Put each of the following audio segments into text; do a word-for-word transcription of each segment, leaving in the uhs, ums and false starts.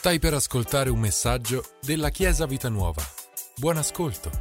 Stai per ascoltare un messaggio della Chiesa Vita Nuova. Buon ascolto.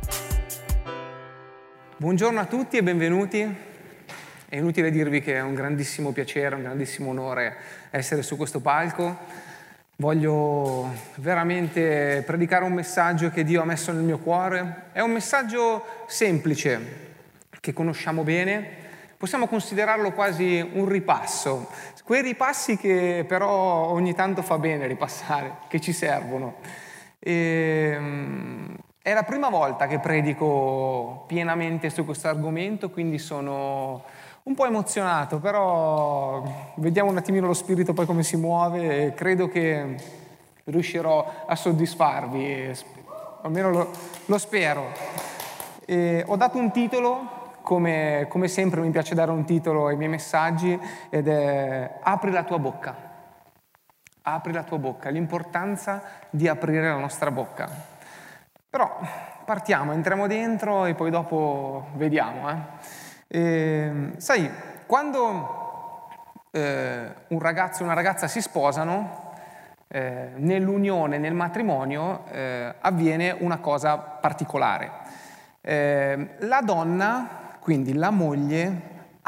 Buongiorno a tutti e benvenuti. È inutile dirvi che è un grandissimo piacere, un grandissimo onore essere su questo palco. Voglio veramente predicare un messaggio che Dio ha messo nel mio cuore. È un messaggio semplice, che conosciamo bene. Possiamo considerarlo quasi un ripasso. Quei ripassi che però ogni tanto fa bene ripassare, che ci servono. E, è la prima volta che predico pienamente su questo argomento, quindi sono un po' emozionato, però vediamo un attimino lo spirito poi come si muove e credo che riuscirò a soddisfarvi, almeno lo, lo spero. E ho dato un titolo. Come, come sempre mi piace dare un titolo ai miei messaggi ed è Apri la tua bocca. Apri la tua bocca, l'importanza di aprire la nostra bocca. Però partiamo, entriamo dentro e poi dopo vediamo. Eh. E, sai, quando eh, un ragazzo e una ragazza si sposano, eh, nell'unione, nel matrimonio, eh, avviene una cosa particolare. Eh, la donna, quindi la moglie,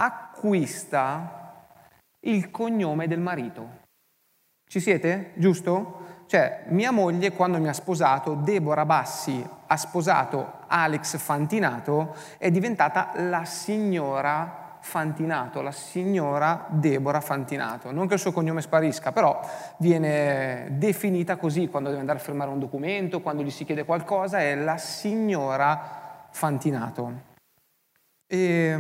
acquista il cognome del marito. Ci siete? Giusto? Cioè, mia moglie, quando mi ha sposato, Deborah Bassi ha sposato Alex Fantinato, è diventata la signora Fantinato, la signora Deborah Fantinato. Non che il suo cognome sparisca, però viene definita così quando deve andare a firmare un documento, quando gli si chiede qualcosa, è la signora Fantinato. E,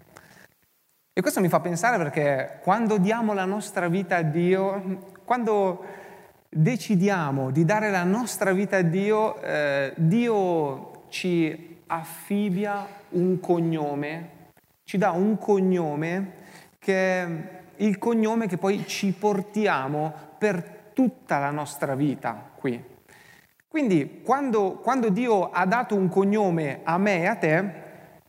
e questo mi fa pensare perché quando diamo la nostra vita a Dio, quando decidiamo di dare la nostra vita a Dio, eh, Dio ci affibbia un cognome, ci dà un cognome che è il cognome che poi ci portiamo per tutta la nostra vita qui. Quindi quando, quando Dio ha dato un cognome a me e a te,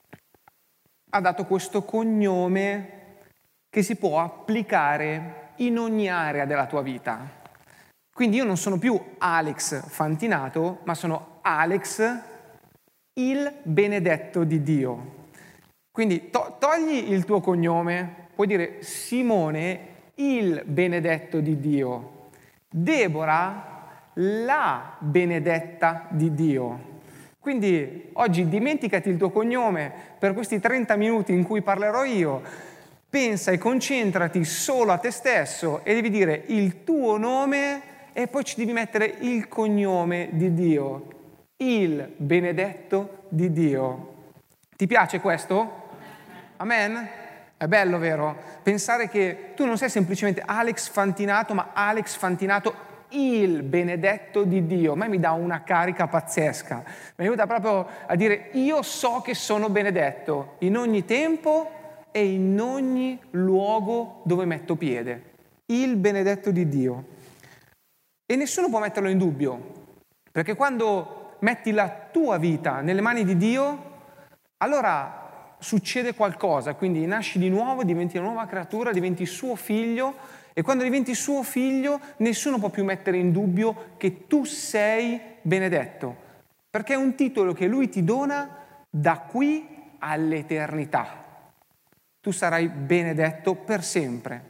ha dato questo cognome che si può applicare in ogni area della tua vita. Quindi io non sono più Alex Fantinato, ma sono Alex, il benedetto di Dio. Quindi to- togli il tuo cognome, puoi dire Simone, il benedetto di Dio. Deborah, la benedetta di Dio. Quindi oggi dimenticati il tuo cognome per questi trenta minuti in cui parlerò io, pensa e concentrati solo a te stesso e devi dire il tuo nome e poi ci devi mettere il cognome di Dio, il benedetto di Dio. Ti piace questo? Amen? È bello, vero? Pensare che tu non sei semplicemente Alex Fantinato, ma Alex Fantinato il benedetto di Dio. A me mi dà una carica pazzesca, mi aiuta proprio a dire io so che sono benedetto in ogni tempo e in ogni luogo dove metto piede, il benedetto di Dio. E nessuno può metterlo in dubbio, perché quando metti la tua vita nelle mani di Dio, allora succede qualcosa, quindi nasci di nuovo, diventi una nuova creatura, diventi suo figlio. E quando diventi suo figlio, nessuno può più mettere in dubbio che tu sei benedetto, perché è un titolo che lui ti dona da qui all'eternità. Tu sarai benedetto per sempre.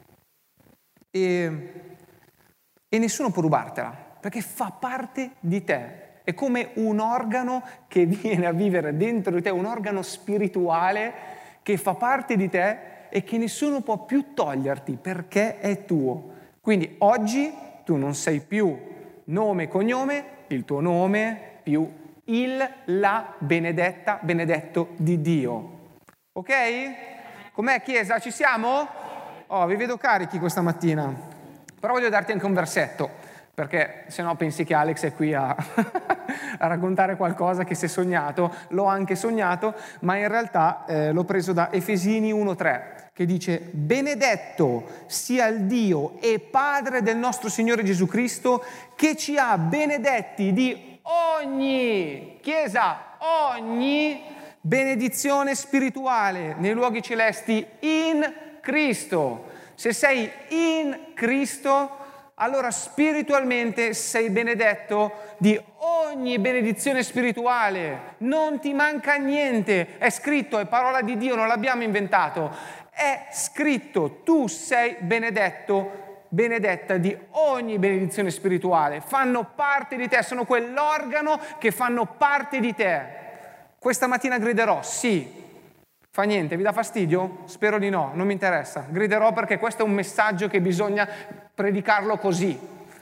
E, e nessuno può rubartela, perché fa parte di te. È come un organo che viene a vivere dentro di te, un organo spirituale che fa parte di te e che nessuno può più toglierti perché è tuo. Quindi oggi tu non sei più nome e cognome, il tuo nome più il, la benedetta, benedetto di Dio. Ok? Com'è Chiesa? Ci siamo? Oh, vi vedo carichi questa mattina. Però voglio darti anche un versetto, perché se no pensi che Alex è qui a, a raccontare qualcosa che si è sognato. L'ho anche sognato, ma in realtà eh, l'ho preso da Efesini uno tre. Che dice benedetto sia il Dio e Padre del nostro Signore Gesù Cristo che ci ha benedetti di ogni, Chiesa, ogni benedizione spirituale nei luoghi celesti in Cristo. Se sei in Cristo allora spiritualmente sei benedetto di ogni benedizione spirituale, non ti manca niente, è scritto, è parola di Dio, non l'abbiamo inventato, è scritto, tu sei benedetto, benedetta di ogni benedizione spirituale, fanno parte di te, sono quell'organo che fanno parte di te. Questa mattina griderò, sì. Fa niente, vi dà fastidio? Spero di no, non mi interessa. Griderò perché questo è un messaggio che bisogna predicarlo così.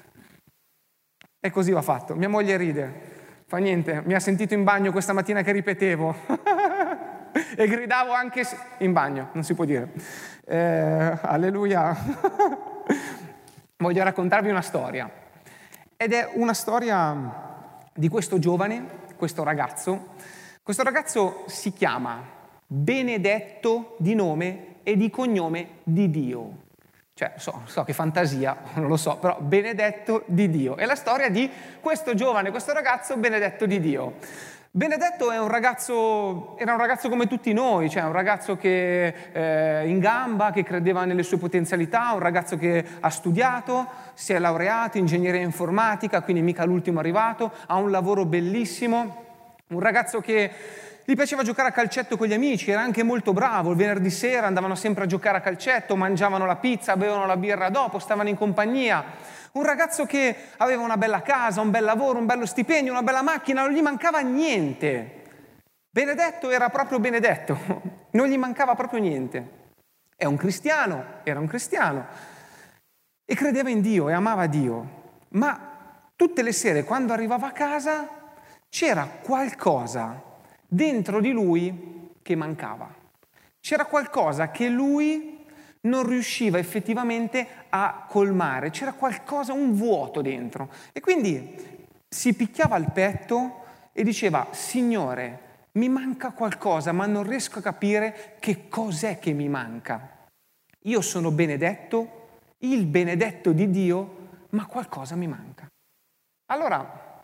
E così va fatto. Mia moglie ride. Fa niente, mi ha sentito in bagno questa mattina che ripetevo. E gridavo anche in bagno, non si può dire. Eh, alleluia. Voglio raccontarvi una storia. Ed è una storia di questo giovane, questo ragazzo. Questo ragazzo si chiama Benedetto di nome e di cognome di Dio. Cioè, so, so che fantasia, non lo so, però Benedetto di Dio. È la storia di questo giovane, questo ragazzo benedetto di Dio. Benedetto è un ragazzo, era un ragazzo come tutti noi, cioè un ragazzo che è in gamba, che credeva nelle sue potenzialità, un ragazzo che ha studiato, si è laureato in ingegneria informatica, quindi mica l'ultimo arrivato, ha un lavoro bellissimo, un ragazzo che gli piaceva giocare a calcetto con gli amici, era anche molto bravo, il venerdì sera andavano sempre a giocare a calcetto, mangiavano la pizza, bevevano la birra dopo, stavano in compagnia. Un ragazzo che aveva una bella casa, un bel lavoro, un bello stipendio, una bella macchina, non gli mancava niente. Benedetto era proprio benedetto, non gli mancava proprio niente. È un cristiano, era un cristiano e credeva in Dio e amava Dio, ma tutte le sere quando arrivava a casa c'era qualcosa dentro di lui che mancava. C'era qualcosa che lui non riusciva effettivamente a colmare, c'era qualcosa, un vuoto dentro. E quindi si picchiava al petto e diceva: Signore, mi manca qualcosa, ma non riesco a capire che cos'è che mi manca. Io sono benedetto, il benedetto di Dio, ma qualcosa mi manca. Allora,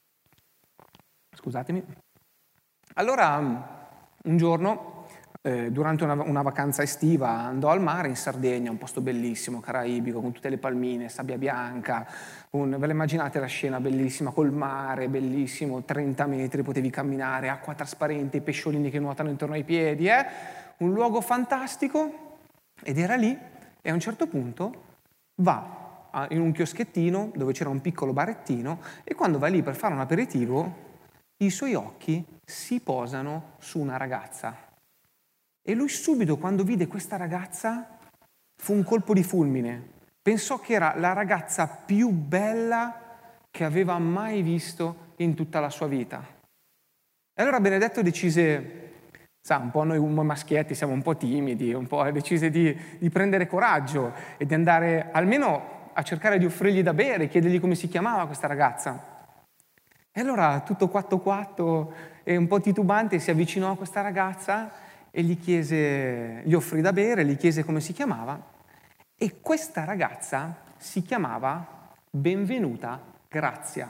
scusatemi, allora un giorno, eh, durante una, una vacanza estiva, andò al mare in Sardegna, un posto bellissimo, caraibico, con tutte le palmine, sabbia bianca, un, ve la immaginate la scena bellissima, col mare, bellissimo, trenta metri, potevi camminare, acqua trasparente, pesciolini che nuotano intorno ai piedi, eh? Un luogo fantastico, ed era lì, e a un certo punto va a, in un chioschettino dove c'era un piccolo barettino, e quando va lì per fare un aperitivo, i suoi occhi si posano su una ragazza. E lui subito, quando vide questa ragazza, fu un colpo di fulmine. Pensò che era la ragazza più bella che aveva mai visto in tutta la sua vita. E allora Benedetto decise, sa, un po' noi maschietti siamo un po' timidi, un po' decise di, di prendere coraggio e di andare almeno a cercare di offrirgli da bere, chiedergli come si chiamava questa ragazza. E allora, tutto quatto quatto e un po' titubante, si avvicinò a questa ragazza e gli chiese, gli offrì da bere, gli chiese come si chiamava, e questa ragazza si chiamava Benvenuta Grazia.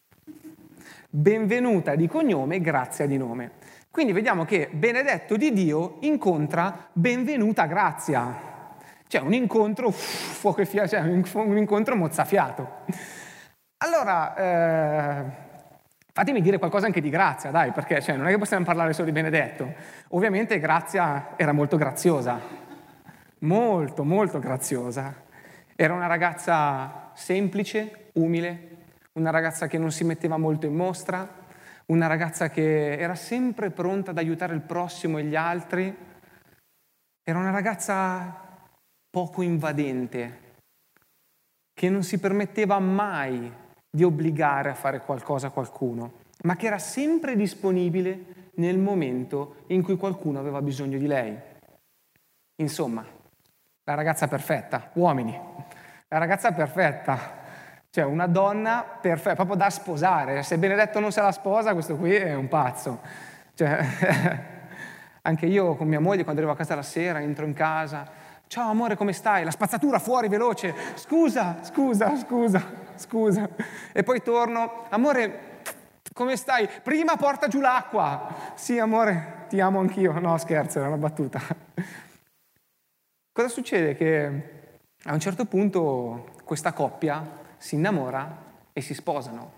Benvenuta di cognome, Grazia di nome. Quindi vediamo che Benedetto di Dio incontra Benvenuta Grazia. Cioè un incontro, uff, fuoco e fiato, cioè un incontro mozzafiato. Allora, eh, fatemi dire qualcosa anche di Grazia, dai, perché cioè, non è che possiamo parlare solo di Benedetto. Ovviamente Grazia era molto graziosa, molto, molto graziosa. Era una ragazza semplice, umile, una ragazza che non si metteva molto in mostra, una ragazza che era sempre pronta ad aiutare il prossimo e gli altri. Era una ragazza poco invadente, che non si permetteva mai di obbligare a fare qualcosa a qualcuno, ma che era sempre disponibile nel momento in cui qualcuno aveva bisogno di lei. Insomma, la ragazza perfetta, uomini, la ragazza perfetta, cioè una donna perfetta, proprio da sposare. Se Benedetto non se la sposa, questo qui è un pazzo. Cioè, anche io con mia moglie, quando arrivo a casa la sera, entro in casa, ciao amore, come stai? La spazzatura fuori, veloce, scusa, scusa, scusa. Scusa, e poi torno, amore, come stai? Prima porta giù l'acqua. Sì, amore, ti amo anch'io. No, scherzo, era una battuta. Cosa succede? Che a un certo punto questa coppia si innamora e si sposano.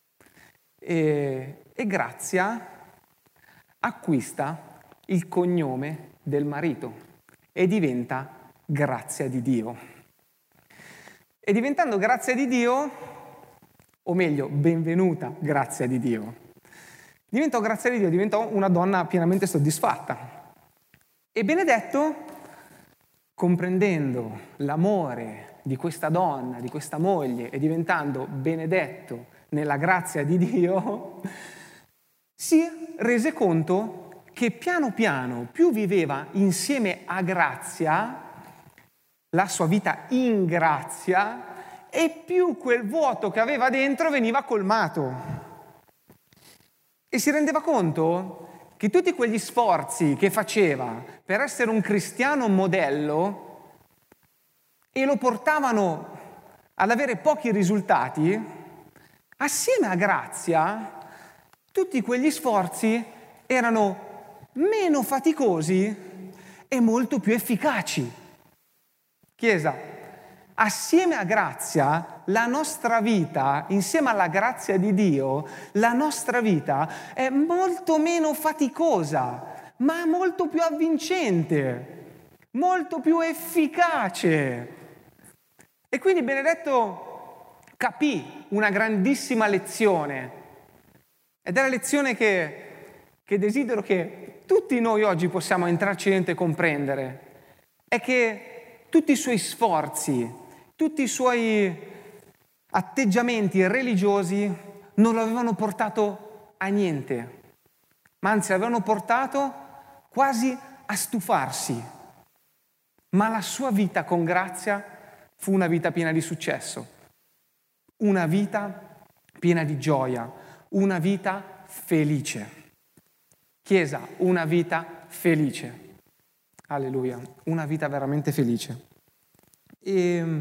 E, e Grazia acquista il cognome del marito e diventa Grazia di Dio. E diventando Grazia di Dio, o meglio, benvenuta Grazia di Dio, diventò Grazia di Dio, diventò una donna pienamente soddisfatta. E Benedetto, comprendendo l'amore di questa donna, di questa moglie, e diventando benedetto nella grazia di Dio, si rese conto che piano piano, più viveva insieme a Grazia, la sua vita in grazia, e più quel vuoto che aveva dentro veniva colmato. E si rendeva conto che tutti quegli sforzi che faceva per essere un cristiano modello e lo portavano ad avere pochi risultati, assieme a Grazia, tutti quegli sforzi erano meno faticosi e molto più efficaci. Chiesa, assieme a Grazia, la nostra vita, insieme alla grazia di Dio, la nostra vita è molto meno faticosa, ma molto più avvincente, molto più efficace. E quindi Benedetto capì una grandissima lezione, ed è la lezione che, che desidero che tutti noi oggi possiamo entrarci dentro e comprendere, è che tutti i suoi sforzi, tutti i suoi atteggiamenti religiosi non lo avevano portato a niente, ma anzi l'avevano portato quasi a stufarsi. Ma la sua vita con Grazia fu una vita piena di successo, una vita piena di gioia, una vita felice. Chiesa, una vita felice. Alleluia, una vita veramente felice. E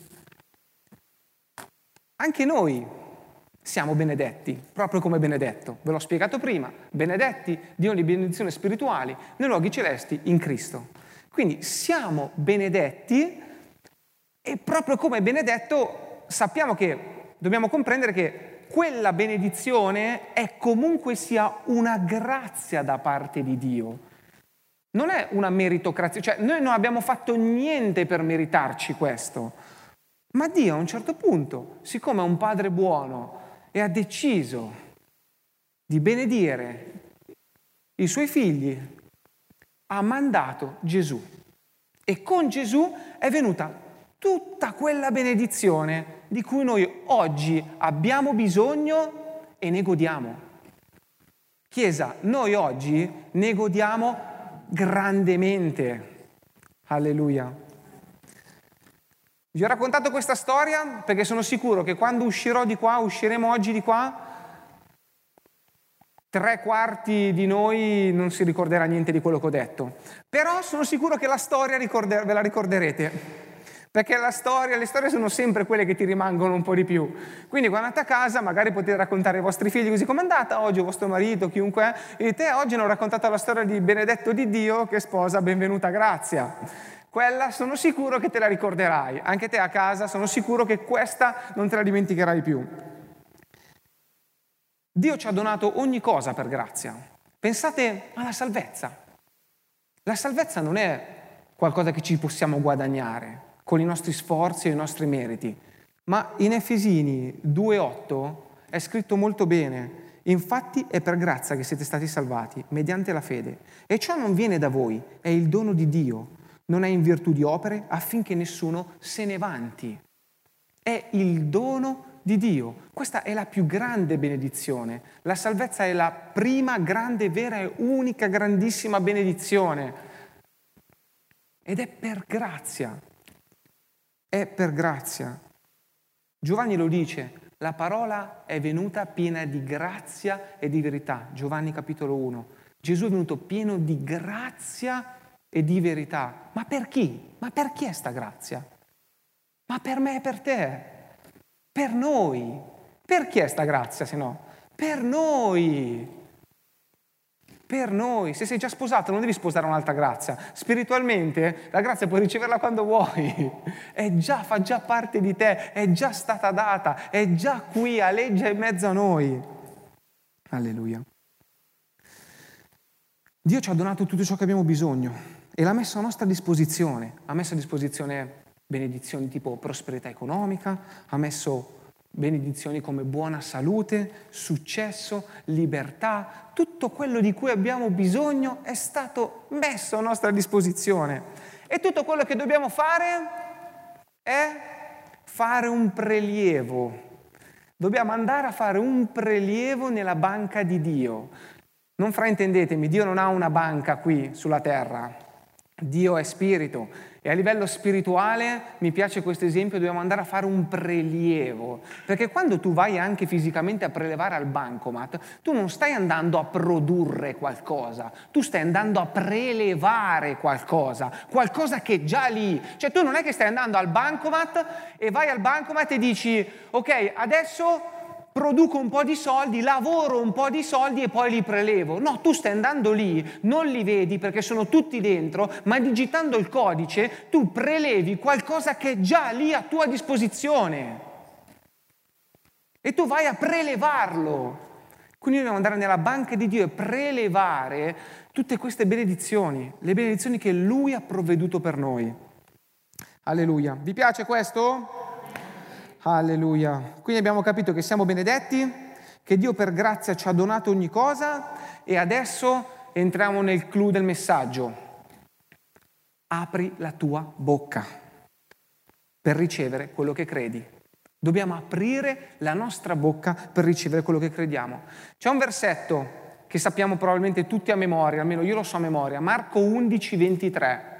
anche noi siamo benedetti, proprio come Benedetto. Ve l'ho spiegato prima, benedetti di ogni benedizione spirituali nei luoghi celesti in Cristo. Quindi siamo benedetti e proprio come Benedetto sappiamo che dobbiamo comprendere che quella benedizione è comunque sia una grazia da parte di Dio. Non è una meritocrazia, cioè noi non abbiamo fatto niente per meritarci questo, ma Dio a un certo punto, siccome è un padre buono e ha deciso di benedire i suoi figli, ha mandato Gesù. E con Gesù è venuta tutta quella benedizione di cui noi oggi abbiamo bisogno e ne godiamo. Chiesa, noi oggi ne godiamo grandemente. Alleluia. Vi ho raccontato questa storia perché sono sicuro che quando uscirò di qua, usciremo oggi di qua, tre quarti di noi non si ricorderà niente di quello che ho detto. Però sono sicuro che la storia ricorder- ve la ricorderete. Perché la storia, le storie sono sempre quelle che ti rimangono un po' di più. Quindi quando andate a casa magari potete raccontare ai vostri figli così come è andata oggi, o vostro marito, chiunque è, e te oggi hanno raccontato la storia di Benedetto di Dio che sposa benvenuta Grazia. Quella sono sicuro che te la ricorderai. Anche te a casa sono sicuro che questa non te la dimenticherai più. Dio ci ha donato ogni cosa per grazia. Pensate alla salvezza. La salvezza non è qualcosa che ci possiamo guadagnare con i nostri sforzi e i nostri meriti. Ma in Efesini due otto è scritto molto bene: infatti è per grazia che siete stati salvati, mediante la fede. E ciò non viene da voi, è il dono di Dio, non è in virtù di opere, affinché nessuno se ne vanti. È il dono di Dio. Questa è la più grande benedizione. La salvezza è la prima grande, vera e unica, grandissima benedizione. Ed è per grazia. È per grazia. Giovanni lo dice, la parola è venuta piena di grazia e di verità. Giovanni capitolo uno. Gesù è venuto pieno di grazia e di verità. Ma per chi? Ma per chi è sta grazia? Ma per me e per te. Per noi. Per chi è sta grazia se no? Per noi. per noi. Se sei già sposato non devi sposare un'altra grazia. Spiritualmente la grazia puoi riceverla quando vuoi. È già, fa già parte di te, è già stata data, è già qui, aleggia in mezzo a noi. Alleluia. Dio ci ha donato tutto ciò che abbiamo bisogno e l'ha messo a nostra disposizione. Ha messo a disposizione benedizioni tipo prosperità economica, ha messo benedizioni come buona salute, successo, libertà, tutto quello di cui abbiamo bisogno è stato messo a nostra disposizione. E tutto quello che dobbiamo fare è fare un prelievo. Dobbiamo andare a fare un prelievo nella banca di Dio. Non fraintendetemi, Dio non ha una banca qui sulla terra. Dio è spirito e a livello spirituale, mi piace questo esempio, dobbiamo andare a fare un prelievo, perché quando tu vai anche fisicamente a prelevare al bancomat, tu non stai andando a produrre qualcosa, tu stai andando a prelevare qualcosa, qualcosa che è già lì. Cioè tu non è che stai andando al bancomat e vai al bancomat e dici ok, adesso produco un po' di soldi, lavoro un po' di soldi e poi li prelevo. No, tu stai andando lì, non li vedi perché sono tutti dentro, ma digitando il codice tu prelevi qualcosa che è già lì a tua disposizione. E tu vai a prelevarlo. Quindi dobbiamo andare nella banca di Dio e prelevare tutte queste benedizioni, le benedizioni che Lui ha provveduto per noi. Alleluia. Vi piace questo? Alleluia. Quindi abbiamo capito che siamo benedetti, che Dio per grazia ci ha donato ogni cosa e adesso entriamo nel clou del messaggio. Apri la tua bocca per ricevere quello che credi. Dobbiamo aprire la nostra bocca per ricevere quello che crediamo. C'è un versetto che sappiamo probabilmente tutti a memoria, almeno io lo so a memoria, Marco undici ventitré.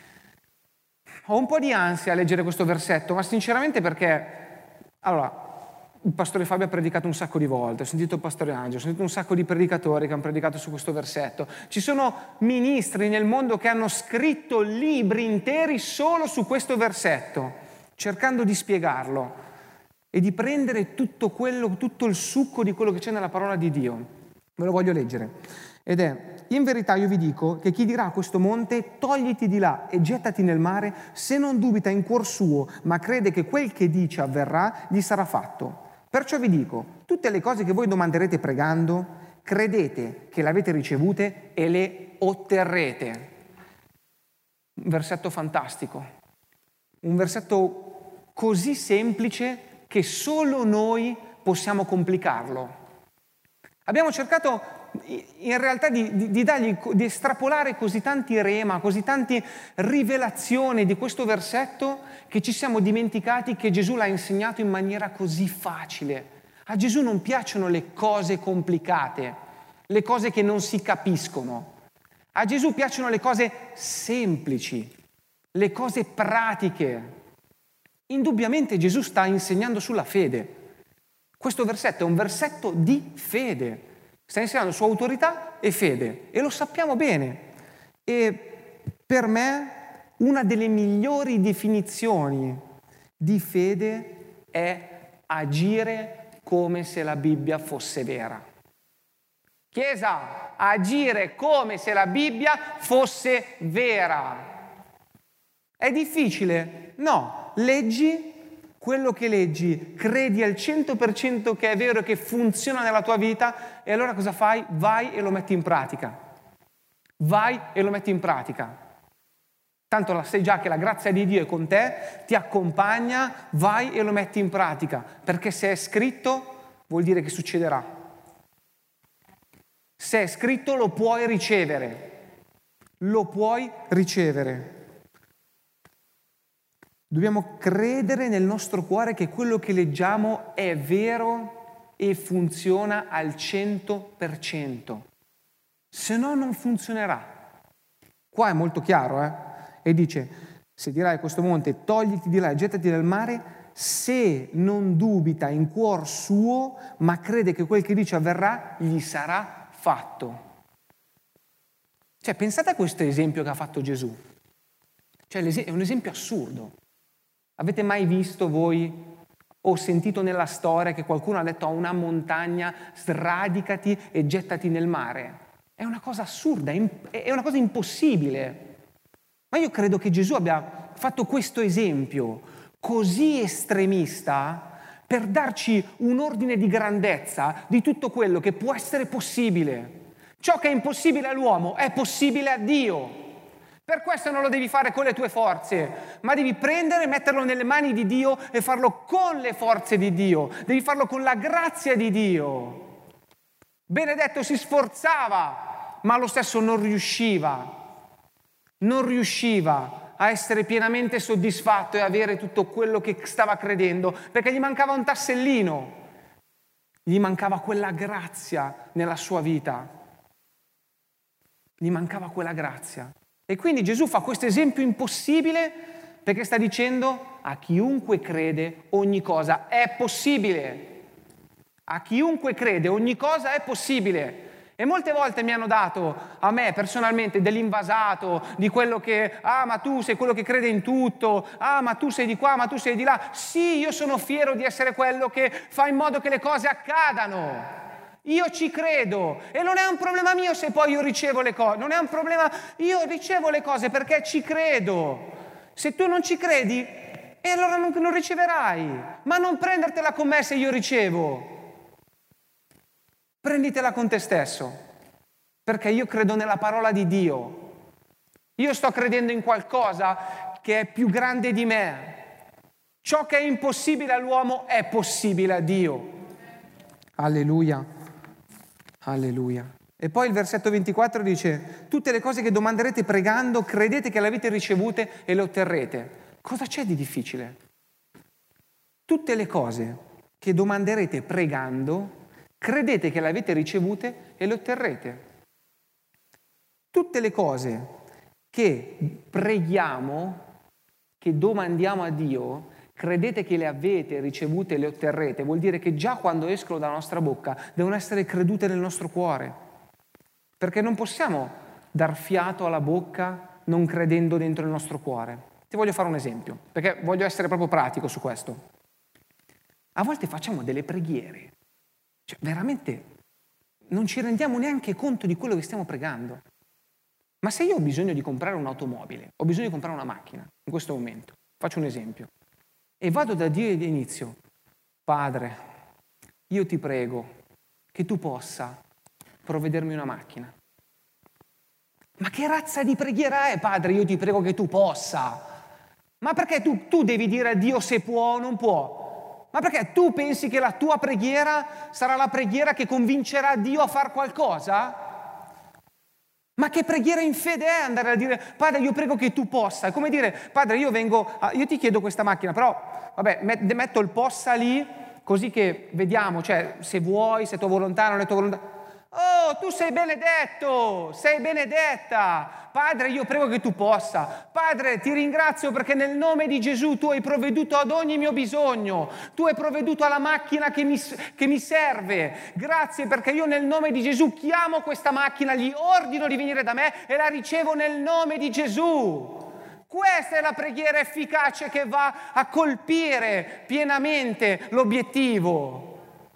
Ho un po' di ansia a leggere questo versetto, ma sinceramente perché... Allora, il pastore Fabio ha predicato un sacco di volte, ho sentito il pastore Angelo, ho sentito un sacco di predicatori che hanno predicato su questo versetto. Ci sono ministri nel mondo che hanno scritto libri interi solo su questo versetto, cercando di spiegarlo e di prendere tutto quello, tutto il succo di quello che c'è nella parola di Dio. Ve lo voglio leggere. Ed è: in verità io vi dico che chi dirà a questo monte togliti di là e gettati nel mare, se non dubita in cuor suo, ma crede che quel che dice avverrà, gli sarà fatto. Perciò vi dico, tutte le cose che voi domanderete pregando, credete che le avete ricevute e le otterrete. Un versetto fantastico, un versetto così semplice che solo noi possiamo complicarlo. Abbiamo cercato in realtà di, di, di, dargli, di estrapolare così tanti rema, così tante rivelazioni di questo versetto che ci siamo dimenticati che Gesù l'ha insegnato in maniera così facile. A Gesù non piacciono le cose complicate, le cose che non si capiscono. A Gesù piacciono le cose semplici, le cose pratiche. Indubbiamente Gesù sta insegnando sulla fede. Questo versetto è un versetto di fede. Sta insegnando sua autorità e fede, e lo sappiamo bene. E per me una delle migliori definizioni di fede è agire come se la Bibbia fosse vera. Chiesa, agire come se la Bibbia fosse vera. È difficile? No, leggi quello che leggi, credi al cento per cento che è vero e che funziona nella tua vita, e allora cosa fai? Vai e lo metti in pratica. Vai e lo metti in pratica. Tanto sai già che la grazia di Dio è con te, ti accompagna, vai e lo metti in pratica, perché se è scritto vuol dire che succederà. Se è scritto lo puoi ricevere, lo puoi ricevere. Dobbiamo credere nel nostro cuore che quello che leggiamo è vero e funziona al cento per cento. Se no non funzionerà. Qua è molto chiaro, eh? E dice, se dirai a questo monte togliti di là e gettati nel mare, se non dubita in cuor suo, ma crede che quel che dice avverrà, gli sarà fatto. Cioè, pensate a questo esempio che ha fatto Gesù. Cioè, è un esempio assurdo. Avete mai visto voi o sentito nella storia che qualcuno ha detto a una montagna sradicati e gettati nel mare? È una cosa assurda, è una cosa impossibile. Ma io credo che Gesù abbia fatto questo esempio così estremista per darci un ordine di grandezza di tutto quello che può essere possibile. Ciò che è impossibile all'uomo è possibile a Dio. Per questo non lo devi fare con le tue forze, ma devi prendere e metterlo nelle mani di Dio e farlo con le forze di Dio. Devi farlo con la grazia di Dio. Benedetto si sforzava, ma allo stesso non riusciva. Non riusciva a essere pienamente soddisfatto e avere tutto quello che stava credendo, perché gli mancava un tassellino. Gli mancava quella grazia nella sua vita. Gli mancava quella grazia. E quindi Gesù fa questo esempio impossibile perché sta dicendo a chiunque crede ogni cosa è possibile. A chiunque crede ogni cosa è possibile. E molte volte mi hanno dato a me personalmente dell'invasato, di quello che, ah ma tu sei quello che crede in tutto, ah ma tu sei di qua, ma tu sei di là. Sì, io sono fiero di essere quello che fa in modo che le cose accadano. Io ci credo e non è un problema mio se poi io ricevo le cose, non è un problema, io ricevo le cose perché ci credo. Se tu non ci credi, e allora non, non riceverai, ma non prendertela con me se io ricevo. Prenditela con te stesso, perché io credo nella parola di Dio. Io sto credendo in qualcosa che è più grande di me. Ciò che è impossibile all'uomo è possibile a Dio. Alleluia. Alleluia. E poi il versetto ventiquattro dice: tutte le cose che domanderete pregando, credete che le avete ricevute e le otterrete. Cosa c'è di difficile? Tutte le cose che domanderete pregando, credete che le avete ricevute e le otterrete. Tutte le cose che preghiamo, che domandiamo a Dio, credete che le avete ricevute e le otterrete, vuol dire che già quando escono dalla nostra bocca devono essere credute nel nostro cuore. Perché non possiamo dar fiato alla bocca non credendo dentro il nostro cuore. Ti voglio fare un esempio, perché voglio essere proprio pratico su questo. A volte facciamo delle preghiere, cioè veramente non ci rendiamo neanche conto di quello che stiamo pregando. Ma se io ho bisogno di comprare un'automobile, ho bisogno di comprare una macchina, in questo momento, faccio un esempio, e vado da Dio ed inizio: Padre, io ti prego che tu possa provvedermi una macchina. Ma che razza di preghiera è, Padre, io ti prego che tu possa? Ma perché tu, tu devi dire a Dio se può o non può? Ma perché tu pensi che la tua preghiera sarà la preghiera che convincerà Dio a far qualcosa? Ma che preghiera in fede è andare a dire: Padre, io prego che tu possa? È come dire: Padre, io vengo, a, io ti chiedo questa macchina, però vabbè, metto il possa lì, così che vediamo, cioè se vuoi, se è tua volontà, non è tua volontà. Oh, tu sei benedetto, sei benedetta. Padre, io prego che tu possa. Padre, ti ringrazio perché nel nome di Gesù tu hai provveduto ad ogni mio bisogno. Tu hai provveduto alla macchina che mi, che mi serve. Grazie perché io nel nome di Gesù chiamo questa macchina, gli ordino di venire da me e la ricevo nel nome di Gesù. Questa è la preghiera efficace che va a colpire pienamente l'obiettivo.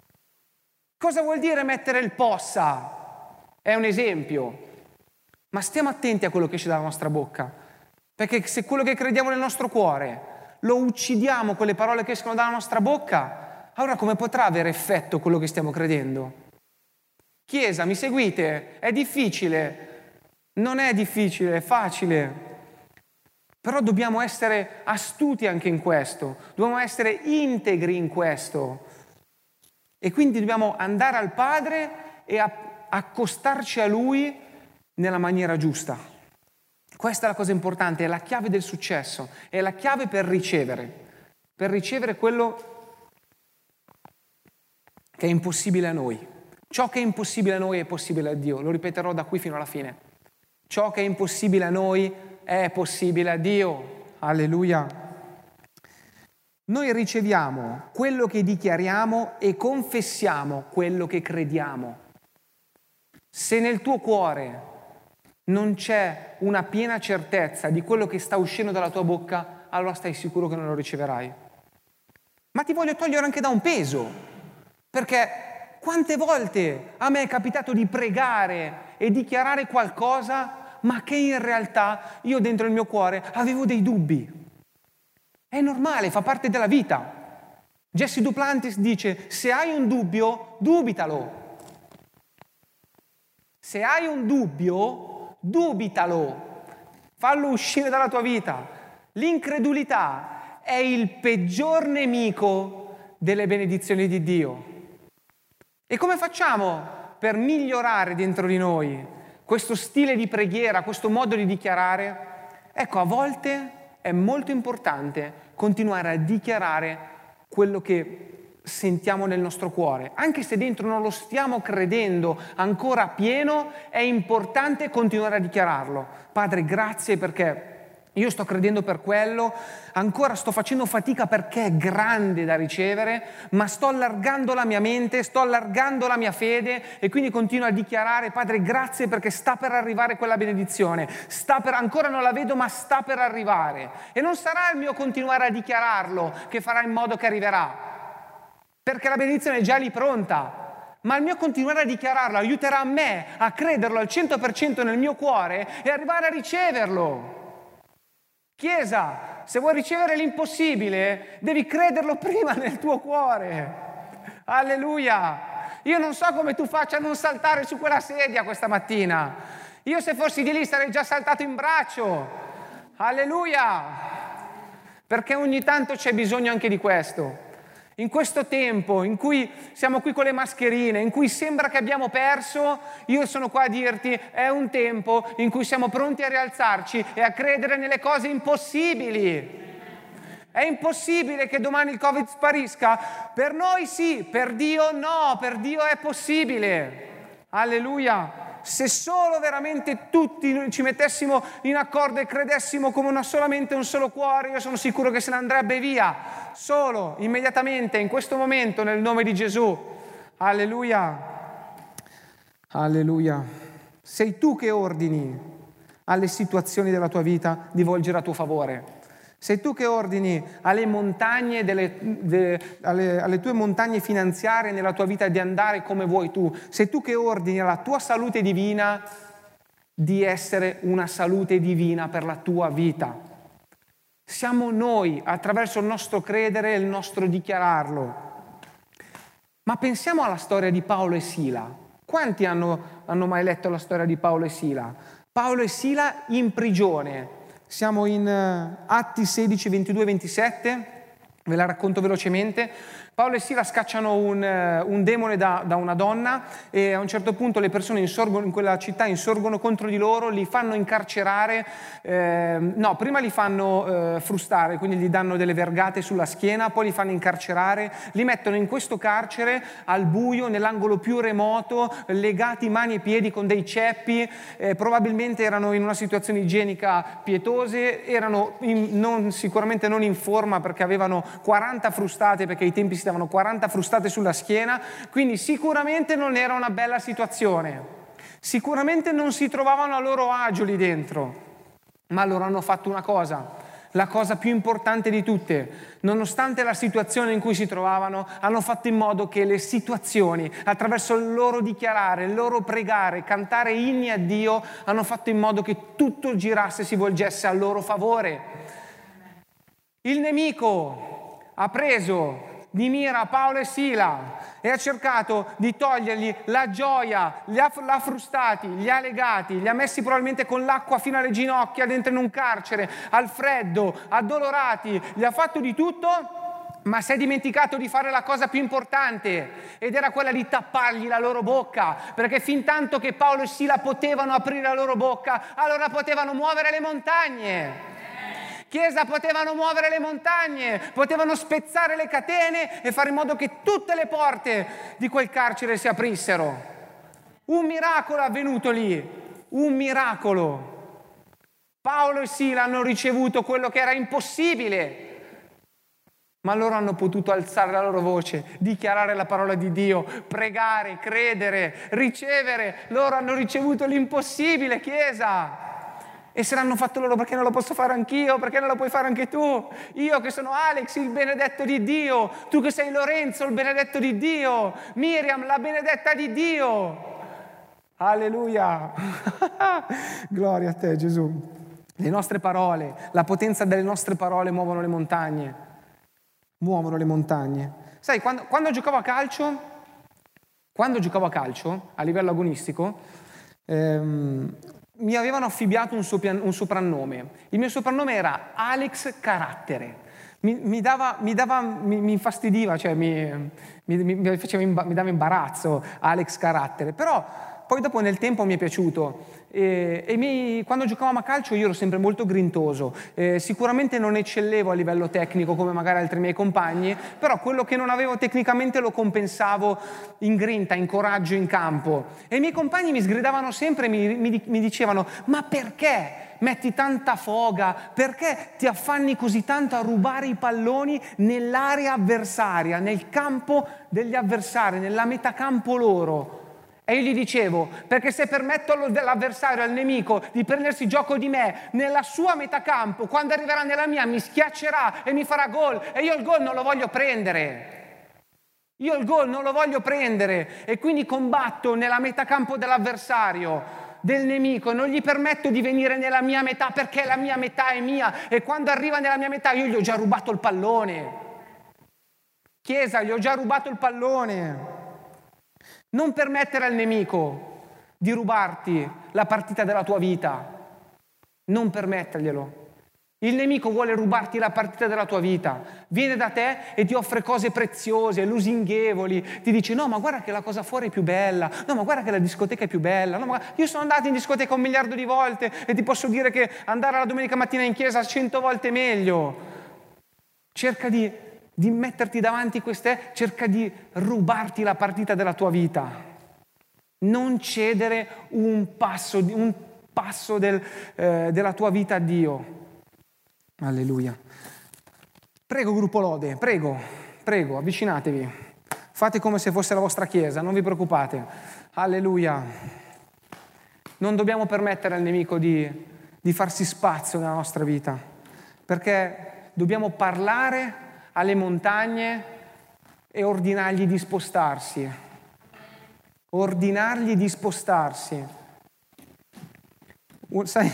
Cosa vuol dire mettere il possa? È un esempio. Ma stiamo attenti a quello che esce dalla nostra bocca, perché se quello che crediamo nel nostro cuore lo uccidiamo con le parole che escono dalla nostra bocca, allora come potrà avere effetto quello che stiamo credendo? Chiesa, mi seguite? È difficile? Non è difficile, è facile. Però dobbiamo essere astuti anche in questo, dobbiamo essere integri in questo. E quindi dobbiamo andare al Padre e accostarci a Lui nella maniera giusta. Questa è la cosa importante, è la chiave del successo, è la chiave per ricevere, per ricevere quello che è impossibile a noi. Ciò che è impossibile a noi è possibile a Dio, lo ripeterò da qui fino alla fine. Ciò che è impossibile a noi è possibile a Dio. Alleluia. Noi riceviamo quello che dichiariamo e confessiamo quello che crediamo. Se nel tuo cuore non c'è una piena certezza di quello che sta uscendo dalla tua bocca, allora stai sicuro che non lo riceverai. Ma ti voglio togliere anche da un peso, perché Quante volte a me è capitato di pregare e dichiarare qualcosa, ma che in realtà io dentro il mio cuore avevo dei dubbi. È normale, fa parte della vita. Jesse Duplantis dice: se hai un dubbio, dubitalo. Se hai un dubbio, dubitalo. Fallo uscire dalla tua vita. L'incredulità è il peggior nemico delle benedizioni di Dio. E come facciamo per migliorare dentro di noi questo stile di preghiera, questo modo di dichiarare? Ecco, a volte è molto importante continuare a dichiarare quello che sentiamo nel nostro cuore. Anche se dentro non lo stiamo credendo ancora pieno, è importante continuare a dichiararlo. Padre, grazie perché io sto credendo per quello, ancora sto facendo fatica perché è grande da ricevere, ma sto allargando la mia mente, sto allargando la mia fede e quindi continuo a dichiarare: Padre, grazie perché sta per arrivare quella benedizione, sta per, ancora non la vedo ma sta per arrivare. E non sarà il mio continuare a dichiararlo che farà in modo che arriverà, perché la benedizione è già lì pronta. Ma il mio continuare a dichiararlo aiuterà me a crederlo al cento per cento nel mio cuore e arrivare a riceverlo. Chiesa, se vuoi ricevere l'impossibile, devi crederlo prima nel tuo cuore. Alleluia! Io non so come tu faccia a non saltare su quella sedia questa mattina. Io se fossi di lì sarei già saltato in braccio. Alleluia! Perché ogni tanto c'è bisogno anche di questo. In questo tempo in cui siamo qui con le mascherine, in cui sembra che abbiamo perso, io sono qua a dirti: è un tempo in cui siamo pronti a rialzarci e a credere nelle cose impossibili. È impossibile che domani il Covid sparisca? Per noi sì, per Dio no, per Dio è possibile. Alleluia! Se solo veramente tutti ci mettessimo in accordo e credessimo come una, solamente un solo cuore, io sono sicuro che se ne andrebbe via, solo, immediatamente, in questo momento, nel nome di Gesù. Alleluia! Alleluia! Sei tu che ordini alle situazioni della tua vita di volgere a tuo favore. Sei tu che ordini alle montagne, delle, de, alle, alle tue montagne finanziarie nella tua vita di andare come vuoi tu. Sei tu che ordini alla tua salute divina di essere una salute divina per la tua vita. Siamo noi, attraverso il nostro credere e il nostro dichiararlo. Ma pensiamo alla storia di Paolo e Sila. Quanti hanno, hanno mai letto la storia di Paolo e Sila? Paolo e Sila in prigione. Siamo in uh, Atti sedici, ventidue, ventisette, ve la racconto velocemente. Paolo e Sila scacciano un, uh, un demone da, da una donna e a un certo punto le persone insorgono in quella città, insorgono contro di loro, li fanno incarcerare, eh, no, prima li fanno eh, frustare, quindi gli danno delle vergate sulla schiena, poi li fanno incarcerare, li mettono in questo carcere al buio, nell'angolo più remoto, legati mani e piedi con dei ceppi, eh, probabilmente erano in una situazione igienica pietose, erano in, non, sicuramente non in forma perché avevano quaranta frustate, perché ai tempi si davano quaranta frustate sulla schiena, quindi sicuramente non era una bella situazione, sicuramente non si trovavano a loro agio lì dentro, ma loro hanno fatto una cosa, la cosa più importante di tutte: nonostante la situazione in cui si trovavano, hanno fatto in modo che le situazioni, attraverso il loro dichiarare, il loro pregare, cantare inni a Dio, hanno fatto in modo che tutto girasse e si volgesse a loro favore. Il nemico ha preso di mira Paolo e Sila e ha cercato di togliergli la gioia, li ha, l'ha frustati, li ha legati, li ha messi probabilmente con l'acqua fino alle ginocchia dentro in un carcere, al freddo, addolorati, gli ha fatto di tutto, ma si è dimenticato di fare la cosa più importante, ed era quella di tappargli la loro bocca, perché fin tanto che Paolo e Sila potevano aprire la loro bocca, allora potevano muovere le montagne. Chiesa, potevano muovere le montagne, potevano spezzare le catene e fare in modo che tutte le porte di quel carcere si aprissero. Un miracolo è avvenuto lì, un miracolo. Paolo e Sila hanno ricevuto quello che era impossibile, ma loro hanno potuto alzare la loro voce, dichiarare la parola di Dio, pregare, credere, ricevere. Loro hanno ricevuto l'impossibile, Chiesa. E se l'hanno fatto loro, perché non lo posso fare anch'io? Perché non lo puoi fare anche tu? Io che sono Alex, il benedetto di Dio. Tu che sei Lorenzo, il benedetto di Dio. Miriam, la benedetta di Dio. Alleluia. Gloria a te, Gesù. Le nostre parole, la potenza delle nostre parole muovono le montagne. Muovono le montagne. Sai, quando, quando giocavo a calcio, quando giocavo a calcio, a livello agonistico, ehm, mi avevano affibbiato un, sopia- un soprannome. Il mio soprannome era Alex Carattere. Mi, mi, dava, mi, dava, mi, mi infastidiva, cioè mi, mi, mi, faceva imba- mi dava imbarazzo Alex Carattere. Però poi dopo nel tempo mi è piaciuto. E, e mi, quando giocavamo a calcio io ero sempre molto grintoso. Eh, sicuramente non eccellevo a livello tecnico come magari altri miei compagni, però quello che non avevo tecnicamente lo compensavo in grinta, in coraggio in campo. E i miei compagni mi sgridavano sempre e mi, mi, mi dicevano: ma perché metti tanta foga? Perché ti affanni così tanto a rubare i palloni nell'area avversaria, nel campo degli avversari, nella metacampo loro? E io gli dicevo: perché se permetto all'avversario, al nemico, di prendersi gioco di me nella sua metacampo, quando arriverà nella mia mi schiaccerà e mi farà gol, e io il gol non lo voglio prendere. Io il gol non lo voglio prendere e quindi combatto nella metacampo dell'avversario, del nemico, non gli permetto di venire nella mia metà perché la mia metà è mia, e quando arriva nella mia metà io gli ho già rubato il pallone. Chiesa, gli ho già rubato il pallone. Non permettere al nemico di rubarti la partita della tua vita. Non permetterglielo. Il nemico vuole rubarti la partita della tua vita. Viene da te e ti offre cose preziose, lusinghevoli. Ti dice: no, ma guarda che la cosa fuori è più bella. No, ma guarda che la discoteca è più bella. No, ma io sono andato in discoteca un miliardo di volte e ti posso dire che andare la domenica mattina in chiesa cento volte meglio. Cerca di... di metterti davanti queste, cerca di rubarti la partita della tua vita. Non cedere un passo, un passo del, eh, della tua vita a Dio. Alleluia. Prego, gruppo Lode, prego, prego, avvicinatevi. Fate come se fosse la vostra chiesa, non vi preoccupate. Alleluia. Non dobbiamo permettere al nemico di, di farsi spazio nella nostra vita, perché dobbiamo parlare alle montagne e ordinargli di spostarsi. Ordinargli di spostarsi. Sai,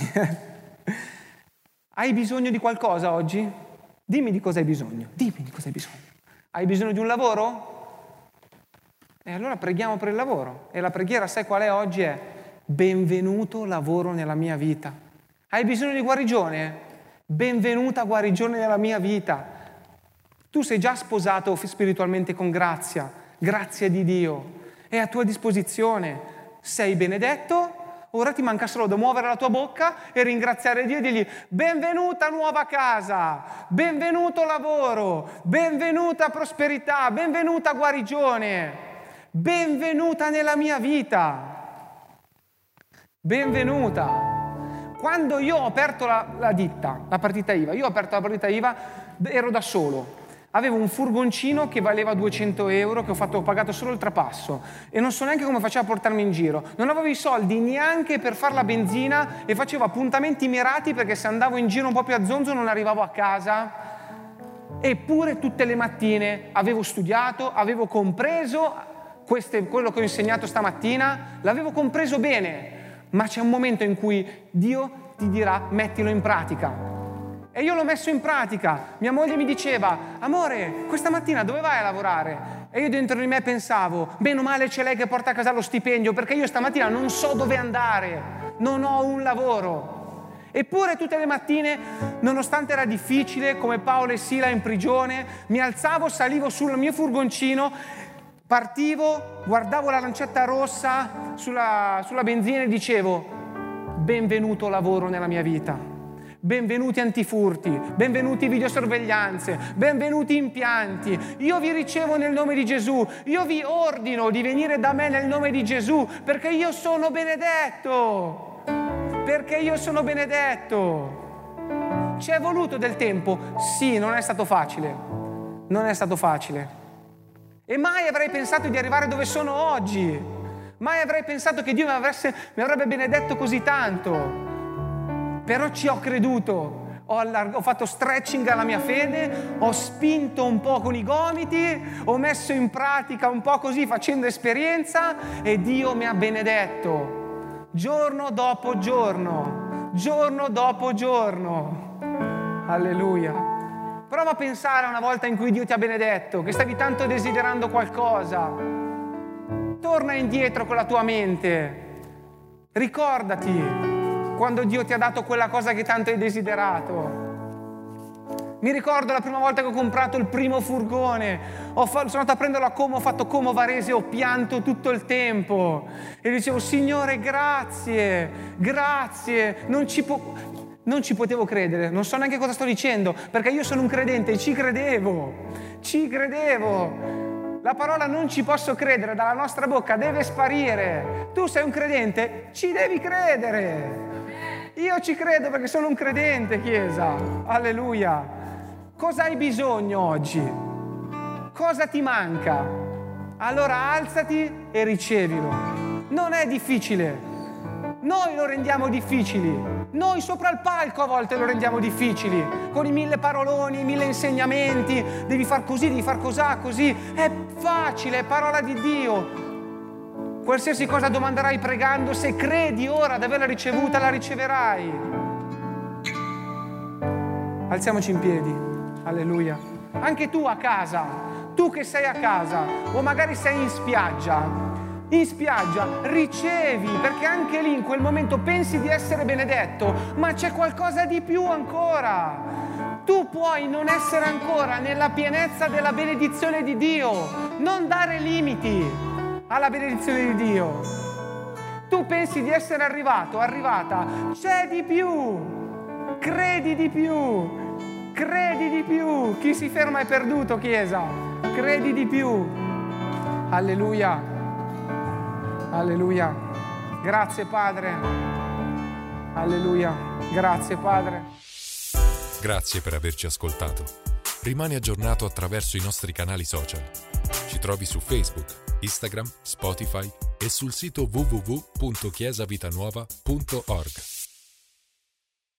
hai bisogno di qualcosa oggi? Dimmi di cosa hai bisogno. Dimmi di cosa hai bisogno. Hai bisogno di un lavoro? E allora preghiamo per il lavoro. E la preghiera, sai qual è oggi? È: benvenuto lavoro nella mia vita. Hai bisogno di guarigione? Benvenuta guarigione nella mia vita. Tu sei già sposato spiritualmente con grazia, grazia di Dio, è a tua disposizione. Sei benedetto, ora ti manca solo da muovere la tua bocca e ringraziare Dio e dirgli: benvenuta nuova casa, benvenuto lavoro, benvenuta prosperità, benvenuta guarigione, benvenuta nella mia vita, benvenuta. Quando io ho aperto la, la ditta, la partita I V A, io ho aperto la partita I V A, ero da solo. Avevo un furgoncino che valeva duecento euro, che ho, fatto, ho pagato solo il trapasso e non so neanche come faceva a portarmi in giro. Non avevo i soldi neanche per fare la benzina e facevo appuntamenti mirati perché se andavo in giro un po' più a zonzo non arrivavo a casa. Eppure tutte le mattine avevo studiato, avevo compreso queste, quello che ho insegnato stamattina, l'avevo compreso bene, ma c'è un momento in cui Dio ti dirà: mettilo in pratica. E io l'ho messo in pratica. Mia moglie mi diceva: amore, questa mattina dove vai a lavorare? E io dentro di me pensavo: meno male c'è lei che porta a casa lo stipendio, perché io stamattina non so dove andare, non ho un lavoro. Eppure tutte le mattine, nonostante era difficile, come Paolo e Sila in prigione, mi alzavo, salivo sul mio furgoncino, partivo, guardavo la lancetta rossa sulla, sulla benzina e dicevo: benvenuto lavoro nella mia vita. Benvenuti antifurti, benvenuti videosorveglianze, benvenuti impianti. Io vi ricevo nel nome di Gesù, io vi ordino di venire da me nel nome di Gesù, perché io sono benedetto, perché io sono benedetto. Ci è voluto del tempo? Sì, non è stato facile, non è stato facile. E mai avrei pensato di arrivare dove sono oggi, mai avrei pensato che Dio mi, avesse, mi avrebbe benedetto così tanto. però ci ho creduto. Ho, allarg- ho fatto stretching alla mia fede, ho spinto un po' con i gomiti, ho messo in pratica un po' così facendo esperienza e Dio mi ha benedetto giorno dopo giorno, giorno dopo giorno. Alleluia. Prova a pensare a una volta in cui Dio ti ha benedetto, che stavi tanto desiderando qualcosa. Torna indietro con la tua mente, ricordati quando Dio ti ha dato quella cosa che tanto hai desiderato. Mi ricordo la prima volta che ho comprato il primo furgone, ho fa- sono andato a prenderlo a Como, ho fatto Como Varese, ho pianto tutto il tempo e dicevo: Signore, grazie, grazie, non ci, po- non ci potevo credere, non so neanche cosa sto dicendo, perché io sono un credente e ci credevo, ci credevo. La parola non ci posso credere dalla nostra bocca deve sparire. Tu sei un credente, ci devi credere. Io ci credo perché sono un credente, Chiesa. Alleluia. Cosa hai bisogno oggi? Cosa ti manca? Allora alzati e ricevilo. Non è difficile. Noi lo rendiamo difficili. Noi sopra il palco a volte lo rendiamo difficili. Con i mille paroloni, i mille insegnamenti. Devi far così, devi far cosà, così. È facile, è parola di Dio. Qualsiasi cosa domanderai pregando, se credi ora di averla ricevuta, la riceverai. Alziamoci in piedi. Alleluia. Anche tu a casa, tu che sei a casa, o magari sei in spiaggia, in spiaggia, ricevi, perché anche lì in quel momento pensi di essere benedetto, ma c'è qualcosa di più ancora. Tu puoi non essere ancora nella pienezza della benedizione di Dio, non dare limiti alla benedizione di Dio. Tu pensi di essere arrivato, arrivata, c'è di più, credi di più, credi di più. Chi si ferma è perduto, Chiesa, credi di più. Alleluia, alleluia. Grazie Padre, alleluia, grazie Padre. Grazie per averci ascoltato. Rimani aggiornato attraverso i nostri canali social. Ci trovi su Facebook, Instagram, Spotify e sul sito w w w punto chiesa vita nuova punto org.